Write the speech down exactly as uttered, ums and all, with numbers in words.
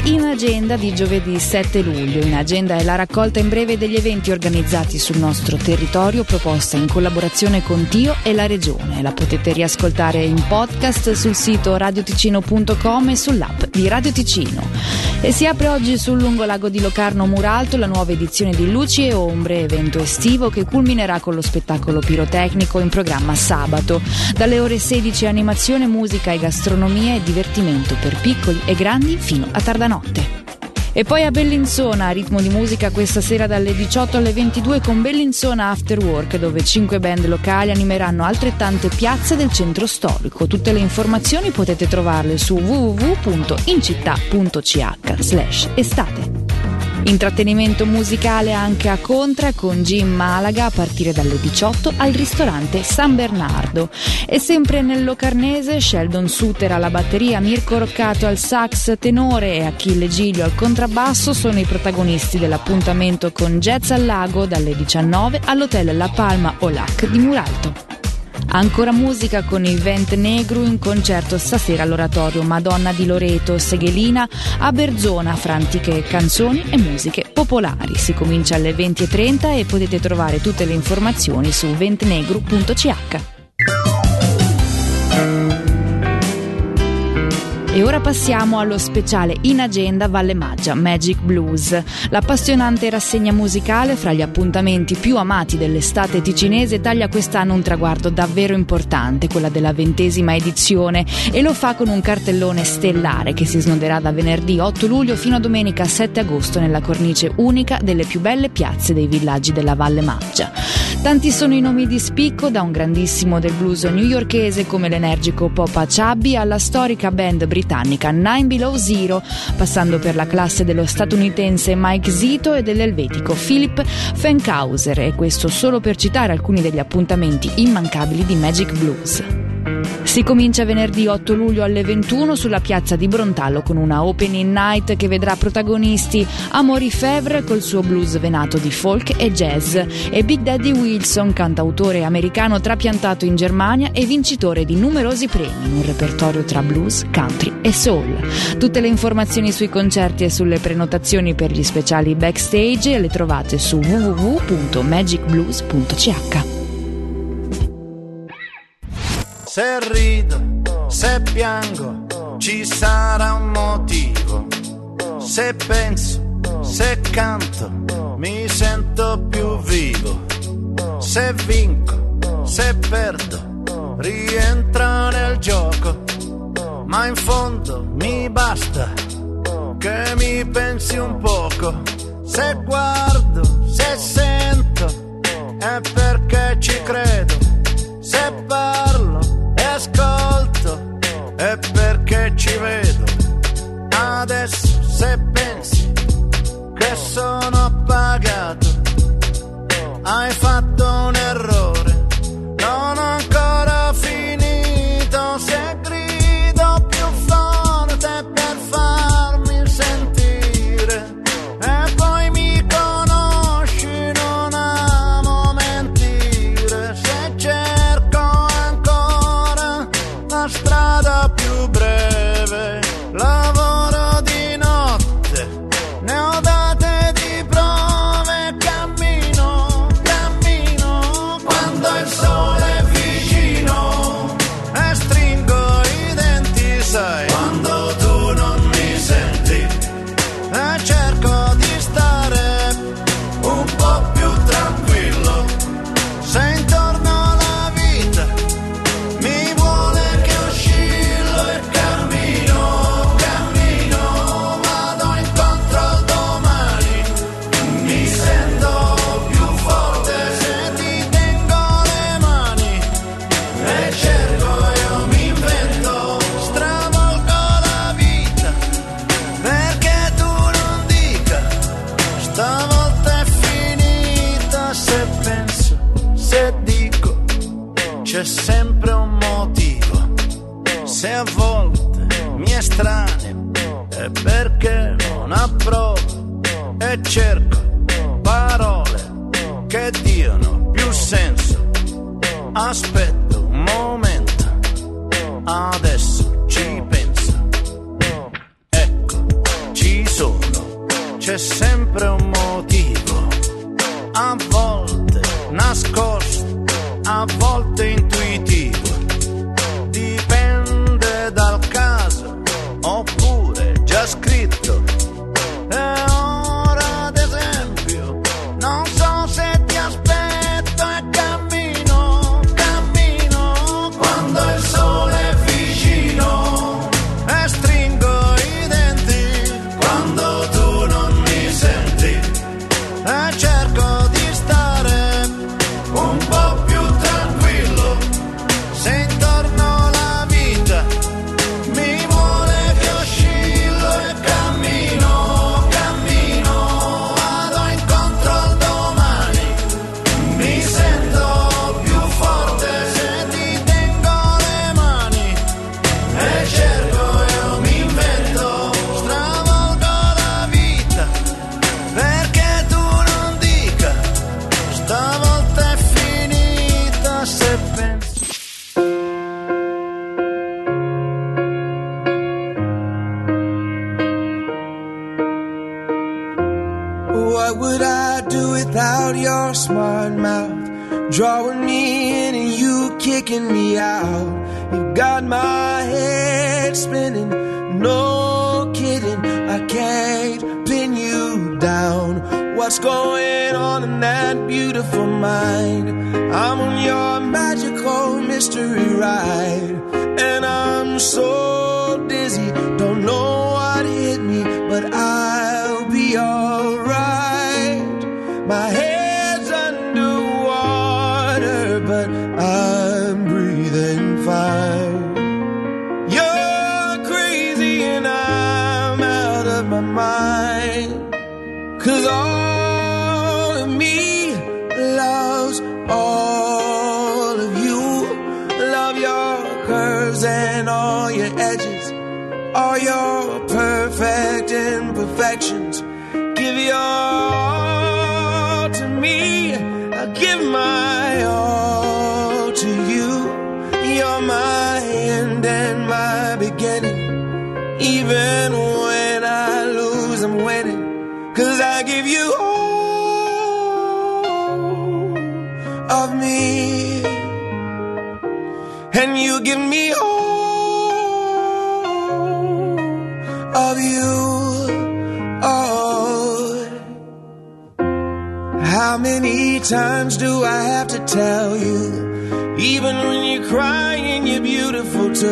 In Agenda di giovedì sette luglio. In Agenda è la raccolta in breve degli eventi organizzati sul nostro territorio, proposta in collaborazione con Tio e la Regione. La potete riascoltare in podcast sul sito radioticino punto com e sull'app di Radio Ticino. E si apre oggi sul lungolago di Locarno Muralto la nuova edizione di Luci e Ombre, evento estivo che culminerà con lo spettacolo pirotecnico in programma sabato. Dalle ore sedici animazione, musica e gastronomia e divertimento per piccoli e grandi fino a tarda notte. E poi a Bellinzona, a ritmo di musica questa sera dalle diciotto alle ventidue con Bellinzona After Work, dove cinque band locali animeranno altrettante piazze del centro storico. Tutte le informazioni potete trovarle su w w w punto incittà punto c h slash estate. Intrattenimento musicale anche a Contra con Jim Malaga a partire dalle diciotto al ristorante San Bernardo. E sempre nel Locarnese, Sheldon Suter alla batteria, Mirko Roccato al sax tenore e Achille Giglio al contrabbasso sono i protagonisti dell'appuntamento con Jazz al Lago dalle diciannove all'Hotel La Palma Olac di Muralto. Ancora musica con il Vent Negru in concerto stasera all'oratorio Madonna di Loreto Seghelina a Berzona fra antiche canzoni e musiche popolari. Si comincia alle venti e trenta e potete trovare tutte le informazioni su ventnegru punto c h. E ora passiamo allo speciale In Agenda Valle Maggia Magic Blues, l'appassionante rassegna musicale fra gli appuntamenti più amati dell'estate ticinese taglia quest'anno un traguardo davvero importante, quella della ventesima edizione, e lo fa con un cartellone stellare che si snoderà da venerdì otto luglio fino a domenica sette agosto nella cornice unica delle più belle piazze dei villaggi della Valle Maggia. Tanti sono i nomi di spicco, da un grandissimo del blues newyorkese come l'energico Popa Chubby alla storica band britannica Nine Below Zero, passando per la classe dello statunitense Mike Zito e dell'elvetico Philip Fankhauser, e questo solo per citare alcuni degli appuntamenti immancabili di Magic Blues. Si comincia venerdì otto luglio alle ventuno sulla piazza di Brontallo con una opening night che vedrà protagonisti Amaury Fevre col suo blues venato di folk e jazz e Big Daddy Wilson, cantautore americano trapiantato in Germania e vincitore di numerosi premi in un repertorio tra blues, country e soul. Tutte le informazioni sui concerti e sulle prenotazioni per gli speciali backstage le trovate su w w w punto magic blues punto c h. Se rido, se piango, ci sarà un motivo. Se penso, se canto, mi sento più vivo. Se vinco, se perdo, rientro nel gioco. Ma in fondo mi basta che mi pensi un poco. Se guardo, se sento, è perché ci credo. Se parlo, ascolto, è perché ci vedo. Adesso se pensi che sono appagato, hai fatto un errore, non ho ancora finito. Se grido più forte per farmi sentire, e poi mi conosci, non amo mentire. Se cerco ancora la strada più breve, lavoro di notte, ne ho date di prove, cammino, cammino, quando il sole è vicino, e stringo i denti, sai, quando tu non mi senti, e cerco di stare un po' più tranquillo. Se intorno alla vita mi vuole che oscillo e cammino, cammino, vado incontro al domani, mi sento più forte se ti tengo le mani, e cerco, io mi invento, stravolgo la vita, perché tu non dica, stavolta è finita. Se penso, se dico, c'è sempre un motivo. Se a volte mi estraneo, è perché non approvo e cerco parole che diano più senso. Aspetto un momento, adesso ci penso. Ecco, ci c'è sempre un motivo, a volte nascosto, a volte intuitivo, dipende dal caso, oppure già scritto. E ora ad esempio, non so se ti aspetto e cammino, cammino, quando il sole è vicino e stringo i denti, quando tu non mi senti e cerco di stare un po' più tranquillo, se intorno la vita mi vuole che oscillo e cammino, cammino, vado incontro al domani, mi sento più forte se ti tengo le mani e cerco, io mi invento, stravolgo la vita perché tu non dica stavolta è finita, se pensi. What would I do without your smart mouth? Drawing me in and you kicking me out. You got my head spinning, no kidding. I can't pin you down. What's going on in that beautiful mind? I'm on your magical mystery ride, and I'm so dizzy, don't know what hit me, but I'll be alright. My head's underwater, but I'm breathing fine. You're crazy and I'm out of my mind, 'cause all of me loves all of you. Love your curves and all your edges, all your perfect imperfections. Give your all to me, I give my all to you. You're my end and my beginning. Even when I lose, I'm winning, 'cause I give you all of me, and you give me all of you. Oh, how many times do I have to tell you, even when you're crying, you're beautiful too.